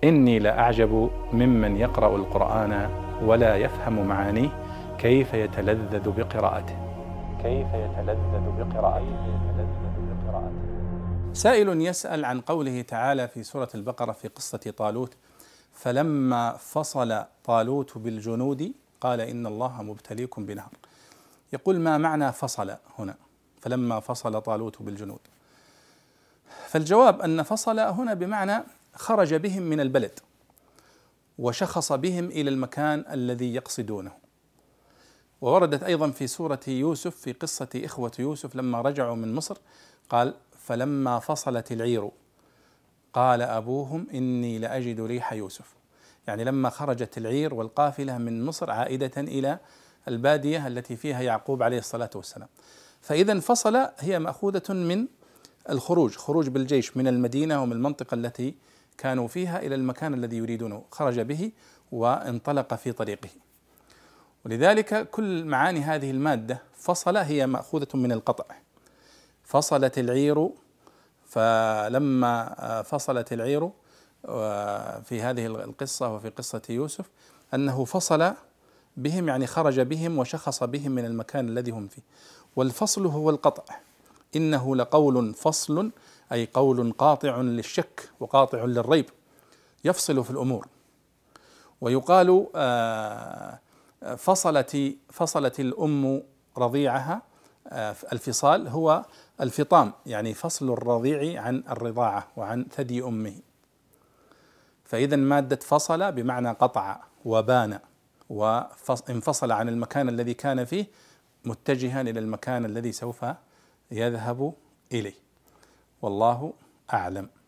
إني لأعجب ممن يقرأ القرآن ولا يفهم معانيه كيف يتلذذ بقراءته. سائل يسأل عن قوله تعالى في سورة البقرة في قصة طالوت: فلما فصل طالوت بالجنود قال إن الله مبتليكم بنهر. يقول: ما معنى فصل هنا؟ فلما فصل طالوت بالجنود. فالجواب أن فصل هنا بمعنى خرج بهم من البلد وشخص بهم إلى المكان الذي يقصدونه. ووردت أيضا في سورة يوسف في قصة إخوة يوسف لما رجعوا من مصر، قال: فلما فصلت العير قال أبوهم إني لأجد ريح يوسف. يعني لما خرجت العير والقافلة من مصر عائدة إلى البادية التي فيها يعقوب عليه الصلاة والسلام. فإذا فصل هي مأخوذة من الخروج، خروج بالجيش من المدينة ومن المنطقة التي كانوا فيها إلى المكان الذي يريدونه، خرج به وانطلق في طريقه. ولذلك كل معاني هذه المادة فصل هي مأخوذة من القطع. فصلت العير، فلما فصلت العير في هذه القصة وفي قصة يوسف أنه فصل بهم، يعني خرج بهم وشخص بهم من المكان الذي هم فيه. والفصل هو القطع. إنه لقول فصل، أي قول قاطع للشك وقاطع للريب، يفصل في الأمور. ويقال فصلت الأم رضيعها. الفصال هو الفطام، يعني فصل الرضيع عن الرضاعة وعن ثدي أمه. فإذا مادة فصل بمعنى قطع وبان وانفصل عن المكان الذي كان فيه متجها إلى المكان الذي سوف يذهب إليه. والله أعلم.